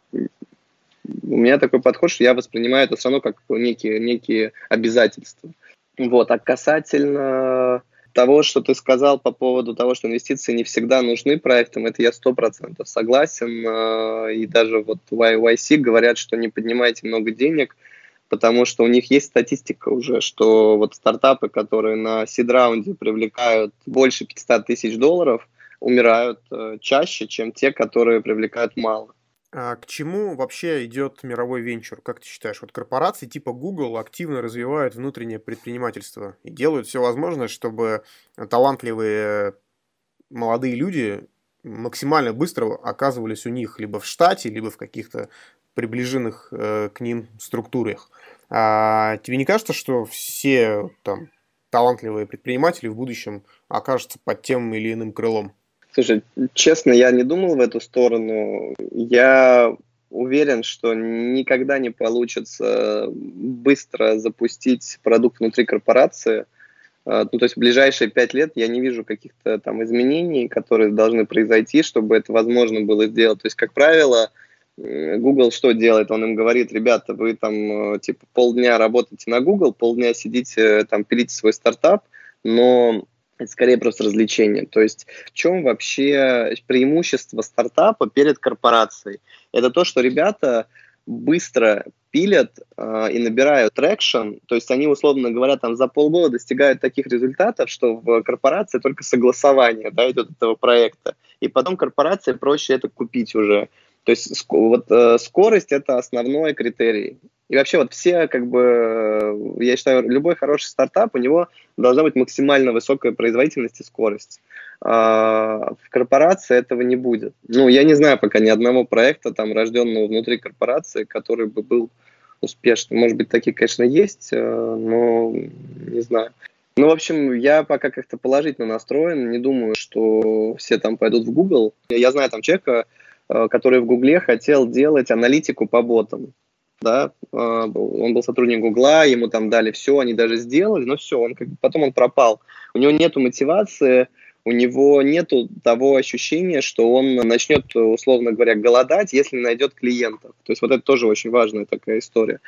у меня такой подход, что я воспринимаю это все равно как некие, некие обязательства. Вот. А касательно того, что ты сказал по поводу того, что инвестиции не всегда нужны проектам, это я сто процентов согласен. Э, И даже вот вай вай си говорят, что не поднимайте много денег, потому что у них есть статистика уже, что вот стартапы, которые на сид-раунде привлекают больше пятьсот тысяч долларов, умирают э, чаще, чем те, которые привлекают мало. А к чему вообще идет мировой венчур? Как ты считаешь? Вот корпорации типа Google активно развивают внутреннее предпринимательство и делают все возможное, чтобы талантливые молодые люди максимально быстро оказывались у них либо в штате, либо в каких-то приближенных э, к ним структурах. А тебе не кажется, что все там талантливые предприниматели в будущем окажутся под тем или иным крылом? Слушай, честно, я не думал в эту сторону. Я уверен, что никогда не получится быстро запустить продукт внутри корпорации. Ну, то есть в ближайшие пять лет я не вижу каких-то там изменений, которые должны произойти, чтобы это возможно было сделать. То есть, как правило, Google что делает? Он им говорит: ребята, вы там типа полдня работаете на Google, полдня сидите там, пилите свой стартап, но это скорее просто развлечение. То есть в чем вообще преимущество стартапа перед корпорацией? Это то, что ребята быстро пилят э, и набирают трекшн, то есть они, условно говоря, там за полгода достигают таких результатов, что в корпорации только согласование, да, идет этого проекта, и потом корпорации проще это купить уже. То есть ск- вот э, скорость – это основной критерий. И вообще вот все, как бы, я считаю, любой хороший стартап, у него должна быть максимально высокая производительность и скорость. А в корпорации этого не будет. Ну, я не знаю пока ни одного проекта, там, рожденного внутри корпорации, который бы был успешным. Может быть, такие, конечно, есть, но не знаю. Ну, в общем, я пока как-то положительно настроен, не думаю, что все там пойдут в Google. Я знаю там человека, который в Гугле хотел делать аналитику по ботам. Да, он был сотрудник Гугла, ему там дали все, они даже сделали, но все, он как бы, потом он пропал. У него нету мотивации, у него нету того ощущения, что он начнет, условно говоря, голодать, если найдет клиентов. То есть вот это тоже очень важная такая история.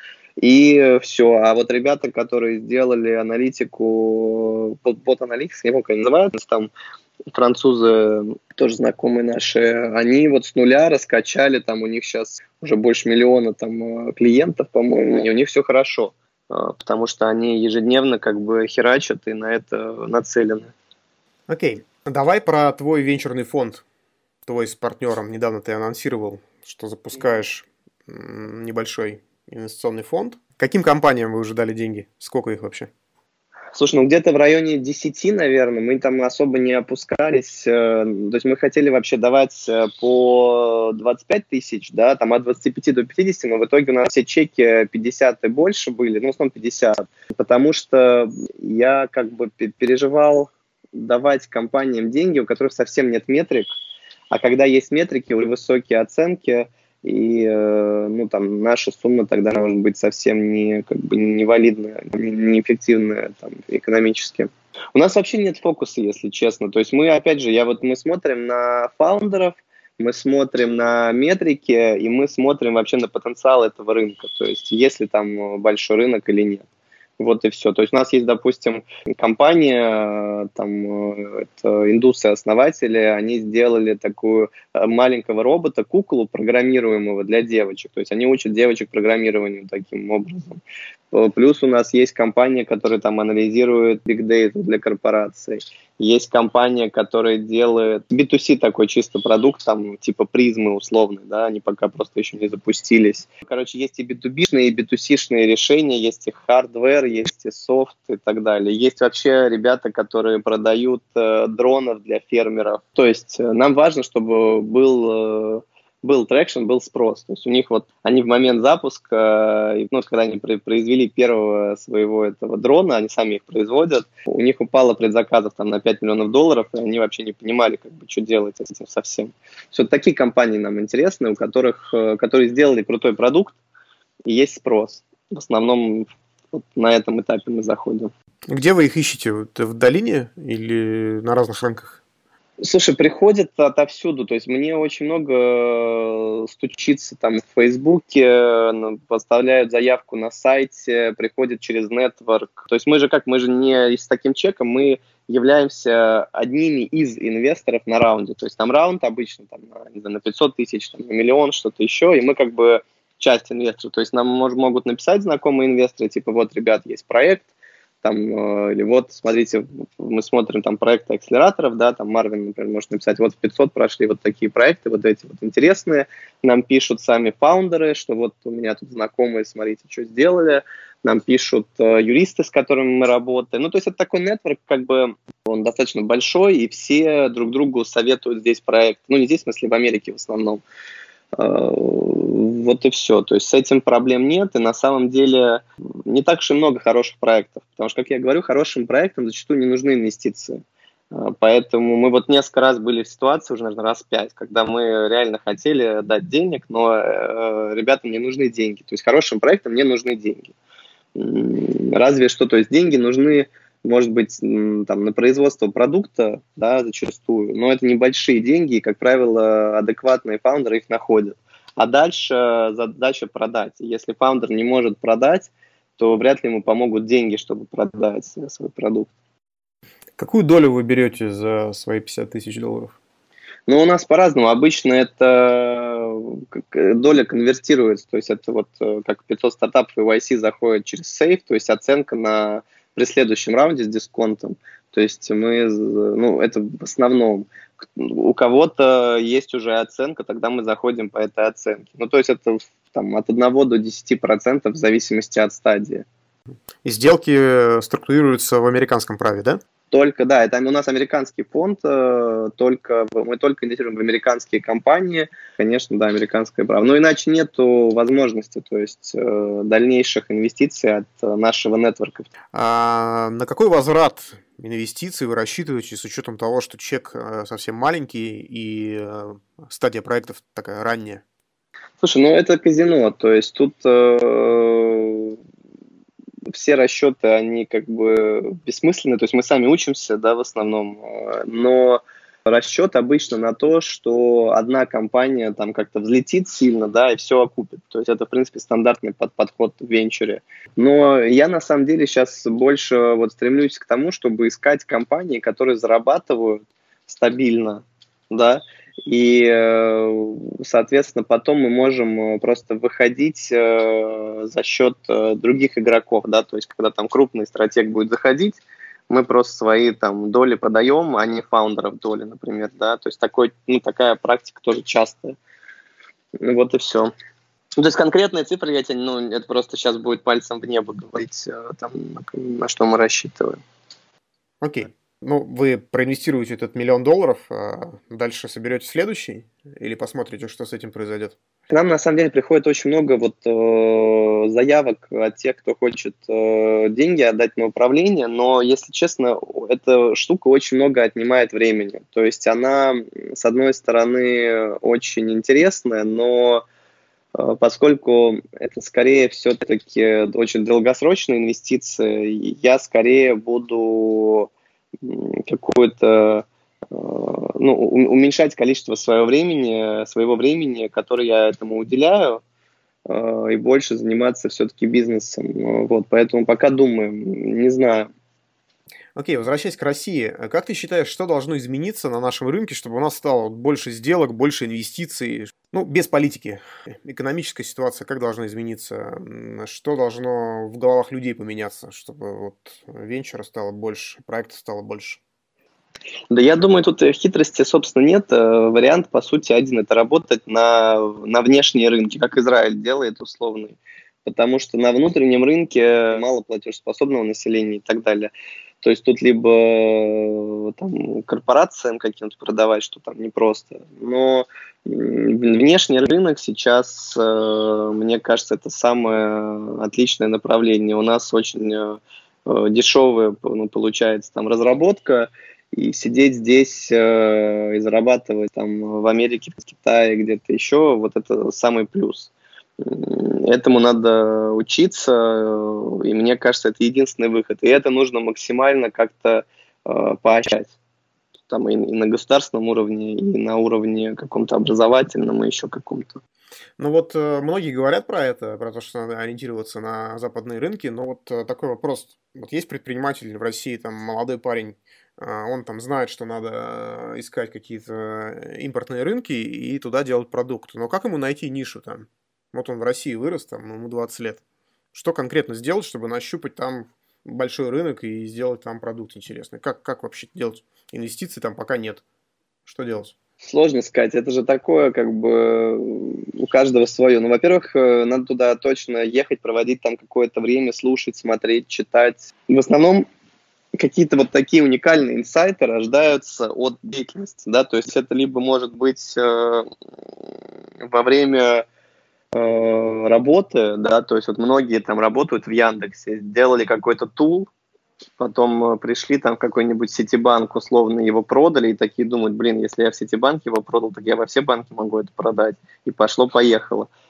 И все. А вот ребята, которые сделали аналитику, бот-аналитикс, не помню, как они называются, там французы, тоже знакомые наши, они вот с нуля раскачали, там у них сейчас уже больше миллиона там клиентов, по-моему, и у них все хорошо, потому что они ежедневно как бы херачат и на это нацелены. Окей, давай про твой венчурный фонд, твой с партнером. Недавно ты анонсировал, что запускаешь небольшой инвестиционный фонд. Каким компаниям вы уже дали деньги? Сколько их вообще? Слушай, ну где-то в районе десяти, наверное, мы там особо не опускались, то есть мы хотели вообще давать по двадцать пять тысяч, да, там от двадцати пяти до пятидесяти, но в итоге у нас все чеки пятьдесят и больше были, ну, в основном пятьдесят, потому что я как бы переживал давать компаниям деньги, у которых совсем нет метрик, а когда есть метрики, уже высокие оценки, и ну, там, наша сумма тогда может быть совсем не, как бы, невалидная, неэффективная там, экономически. У нас вообще нет фокуса, если честно. То есть мы, опять же, я вот, мы смотрим на фаундеров, мы смотрим на метрики, и мы смотрим вообще на потенциал этого рынка. То есть есть ли там большой рынок или нет. Вот и все. То есть у нас есть, допустим, компания, там, это индусы-основатели, они сделали такую маленького робота, куклу программируемого для девочек. То есть они учат девочек программированию таким образом. Плюс у нас есть компания, которая там анализирует big data для корпораций. Есть компания, которая делает би ту си такой чисто продукт, там типа призмы условно, да, они пока просто еще не запустились. Короче, есть и би ту би-шные, и би ту си-шные решения, есть и хардвер, есть и софт и так далее. Есть вообще ребята, которые продают э, дронов для фермеров. То есть э, нам важно, чтобы был... Э, был трекшн, был спрос. То есть у них вот, они в момент запуска, ну, когда они произвели первого своего этого дрона, они сами их производят, у них упало предзаказов там на пять миллионов долларов, и они вообще не понимали, как бы, что делать с этим совсем. Все такие компании нам интересны, у которых, которые сделали крутой продукт, и есть спрос. В основном вот на этом этапе мы заходим. Где вы их ищете? В долине или на разных рынках? Слушай, приходят отовсюду, то есть мне очень много стучится там в Фейсбуке, поставляют заявку на сайте, приходят через нетворк. То есть мы же как, мы же не с таким чеком, мы являемся одними из инвесторов на раунде. То есть там раунд обычно там, не знаю, на пятьсот тысяч, там, на миллион, что-то еще, и мы как бы часть инвесторов. То есть нам мож, могут написать знакомые инвесторы, типа вот, ребят, есть проект, там, или вот, смотрите, мы смотрим там проекты акселераторов, да, там Марвин, например, может написать, вот в пятьсот прошли вот такие проекты, вот эти вот интересные, нам пишут сами фаундеры, что вот у меня тут знакомые, смотрите, что сделали, нам пишут э, юристы, с которыми мы работаем, ну, то есть это такой нетворк, как бы, он достаточно большой, и все друг другу советуют здесь проект, ну, не здесь, в смысле, в Америке в основном. Вот и все. То есть с этим проблем нет, и на самом деле не так уж и много хороших проектов, потому что, как я говорю, хорошим проектам зачастую не нужны инвестиции. Поэтому мы вот несколько раз были в ситуации, уже, наверное, раз пять, когда мы реально хотели дать денег, но э, ребятам не нужны деньги. То есть хорошим проектам не нужны деньги. Разве что, то есть деньги нужны может быть, там, на производство продукта, да, зачастую, но это небольшие деньги, и, как правило, адекватные фаундеры их находят. А дальше задача продать. Если фаундер не может продать, то вряд ли ему помогут деньги, чтобы продать свой продукт. Какую долю вы берете за свои пятьдесят тысяч долларов? Ну, у нас по-разному. Обычно это доля конвертируется, то есть это вот как пятьсот стартапов и вай си заходит через сейф, то есть оценка на при следующем раунде с дисконтом. То есть мы, ну, это в основном. У кого-то есть уже оценка, тогда мы заходим по этой оценке. Ну, то есть это там, от одного до десяти процентов в зависимости от стадии. И сделки структурируются в американском праве, да? Только, да, это у нас американский фонд, только, мы только инвестируем в американские компании, конечно, да, американское право. Но иначе нет возможности, то есть дальнейших инвестиций от нашего нетворка. А на какой возврат инвестиций вы рассчитываете с учетом того, что чек совсем маленький и стадия проектов такая ранняя? Слушай, ну это казино, то есть тут э, все расчеты, они как бы бессмысленны, то есть мы сами учимся, да, в основном, но расчет обычно на то, что одна компания там как-то взлетит сильно, да, и все окупит. То есть это, в принципе, стандартный под подход в венчуре. Но я, на самом деле, сейчас больше вот стремлюсь к тому, чтобы искать компании, которые зарабатывают стабильно, да, и, соответственно, потом мы можем просто выходить за счет других игроков, да, то есть когда там крупный стратег будет заходить, мы просто свои там доли продаем, а не фаундеров доли, например, да, то есть такой, ну, такая практика тоже частая. Вот и все. Ну, то есть конкретные цифры, я тебе, ну, это просто сейчас будет пальцем в небо говорить, там, на что мы рассчитываем. Окей. Ну, вы проинвестируете этот миллион долларов, а дальше соберете следующий или посмотрите, что с этим произойдет? К нам, на самом деле, приходит очень много вот, э, заявок от тех, кто хочет э, деньги отдать на управление, но, если честно, эта штука очень много отнимает времени. То есть она, с одной стороны, очень интересная, но э, поскольку это скорее все-таки очень долгосрочные инвестиции, я скорее буду какую-то, ну, уменьшать количество своего времени, своего времени, которое я этому уделяю, и больше заниматься все-таки бизнесом. Вот, поэтому пока думаем, не знаю. Окей, возвращаясь к России, как ты считаешь, что должно измениться на нашем рынке, чтобы у нас стало больше сделок, больше инвестиций? Ну, без политики. Экономическая ситуация как должна измениться? Что должно в головах людей поменяться, чтобы вот венчура стало больше, проектов стало больше? Да, я думаю, тут хитрости, собственно, нет. Вариант, по сути, один – это работать на, на внешние рынки, как Израиль делает условный. Потому что на внутреннем рынке мало платежеспособного населения и так далее. То есть тут либо там, корпорациям каким-то продавать, что там непросто. Но внешний рынок сейчас, мне кажется, это самое отличное направление. У нас очень дешевая, ну, получается там разработка, и сидеть здесь и зарабатывать там в Америке, в Китае, где-то еще, вот это самый плюс. Этому надо учиться, и мне кажется, это единственный выход. И это нужно максимально как-то э, поощрять. Там и, и на государственном уровне, и на уровне каком-то образовательном, и еще каком-то. Ну вот э, многие говорят про это, про то, что надо ориентироваться на западные рынки, но вот э, такой вопрос. Вот есть предприниматель в России, там молодой парень, э, он там знает, что надо искать какие-то импортные рынки и туда делать продукт. Но как ему найти нишу там? Вот он в России вырос, там, ему двадцать лет. Что конкретно сделать, чтобы нащупать там большой рынок и сделать там продукт интересный? Как, как вообще делать? Инвестиций там пока нет. Что делать? Сложно сказать. Это же такое, как бы, у каждого свое. Ну, во-первых, надо туда точно ехать, проводить там какое-то время, слушать, смотреть, читать. В основном какие-то вот такие уникальные инсайты рождаются от деятельности, да, то есть это либо может быть э, во время работы, да, то есть вот многие там работают в Яндексе, делали какой-то тул, потом пришли там в какой-нибудь Ситибанк, условно его продали, и такие думают, блин, если я в Ситибанке его продал, так я во все банки могу это продать, и пошло-поехало.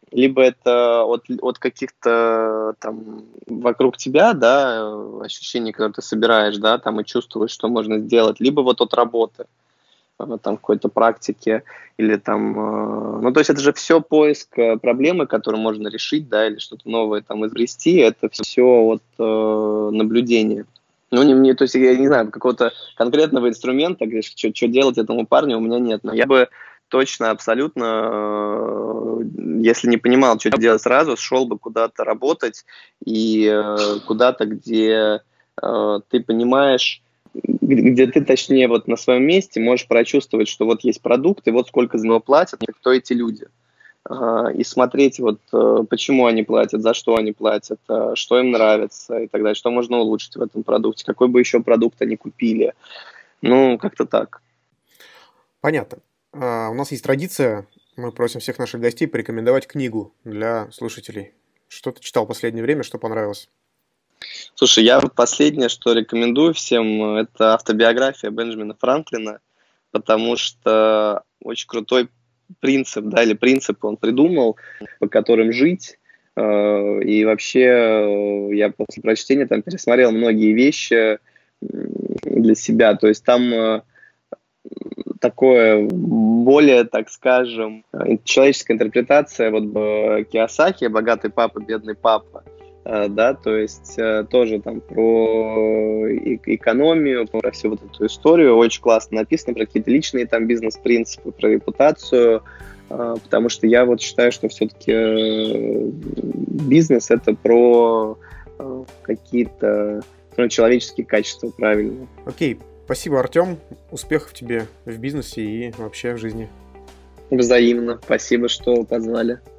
либо это от, от каких-то там вокруг тебя, да, ощущений, которые ты собираешь, да, там и чувствуешь, что можно сделать, либо вот от работы, там какой-то практики или там, ну то есть это же все поиск проблемы, которую можно решить, да, или что-то новое там изобрести, это все от э, наблюдения. Ну, не, не, то есть я не знаю, какого-то конкретного инструмента, что, что делать этому парню, у меня нет. Но я бы точно, абсолютно, если не понимал, что делать сразу, шел бы куда-то работать и куда-то, где ты понимаешь, где ты, точнее, вот на своем месте можешь прочувствовать, что вот есть продукт, и вот сколько за него платят, и кто эти люди. И смотреть, вот почему они платят, за что они платят, что им нравится и так далее, что можно улучшить в этом продукте, какой бы еще продукт они купили. Ну, как-то так. Понятно. А, у нас есть традиция, мы просим всех наших гостей порекомендовать книгу для слушателей. Что ты читал в последнее время, что понравилось? Слушай, я последнее, что рекомендую всем, это автобиография Бенджамина Франклина, потому что очень крутой принцип, да, или принципы он придумал, по которым жить. И вообще я после прочтения там пересмотрел многие вещи для себя. То есть там такое более, так скажем, человеческая интерпретация вот Кийосаки «Богатый папа, бедный папа». Да, то есть тоже там про экономию, про всю вот эту историю. Очень классно написано, про какие-то личные там бизнес-принципы, про репутацию, потому что я вот считаю, что все-таки бизнес — это про какие-то, ну, человеческие качества, правильно. Окей, спасибо, Артем. Успехов тебе в бизнесе и вообще в жизни. Взаимно. Спасибо, что позвали.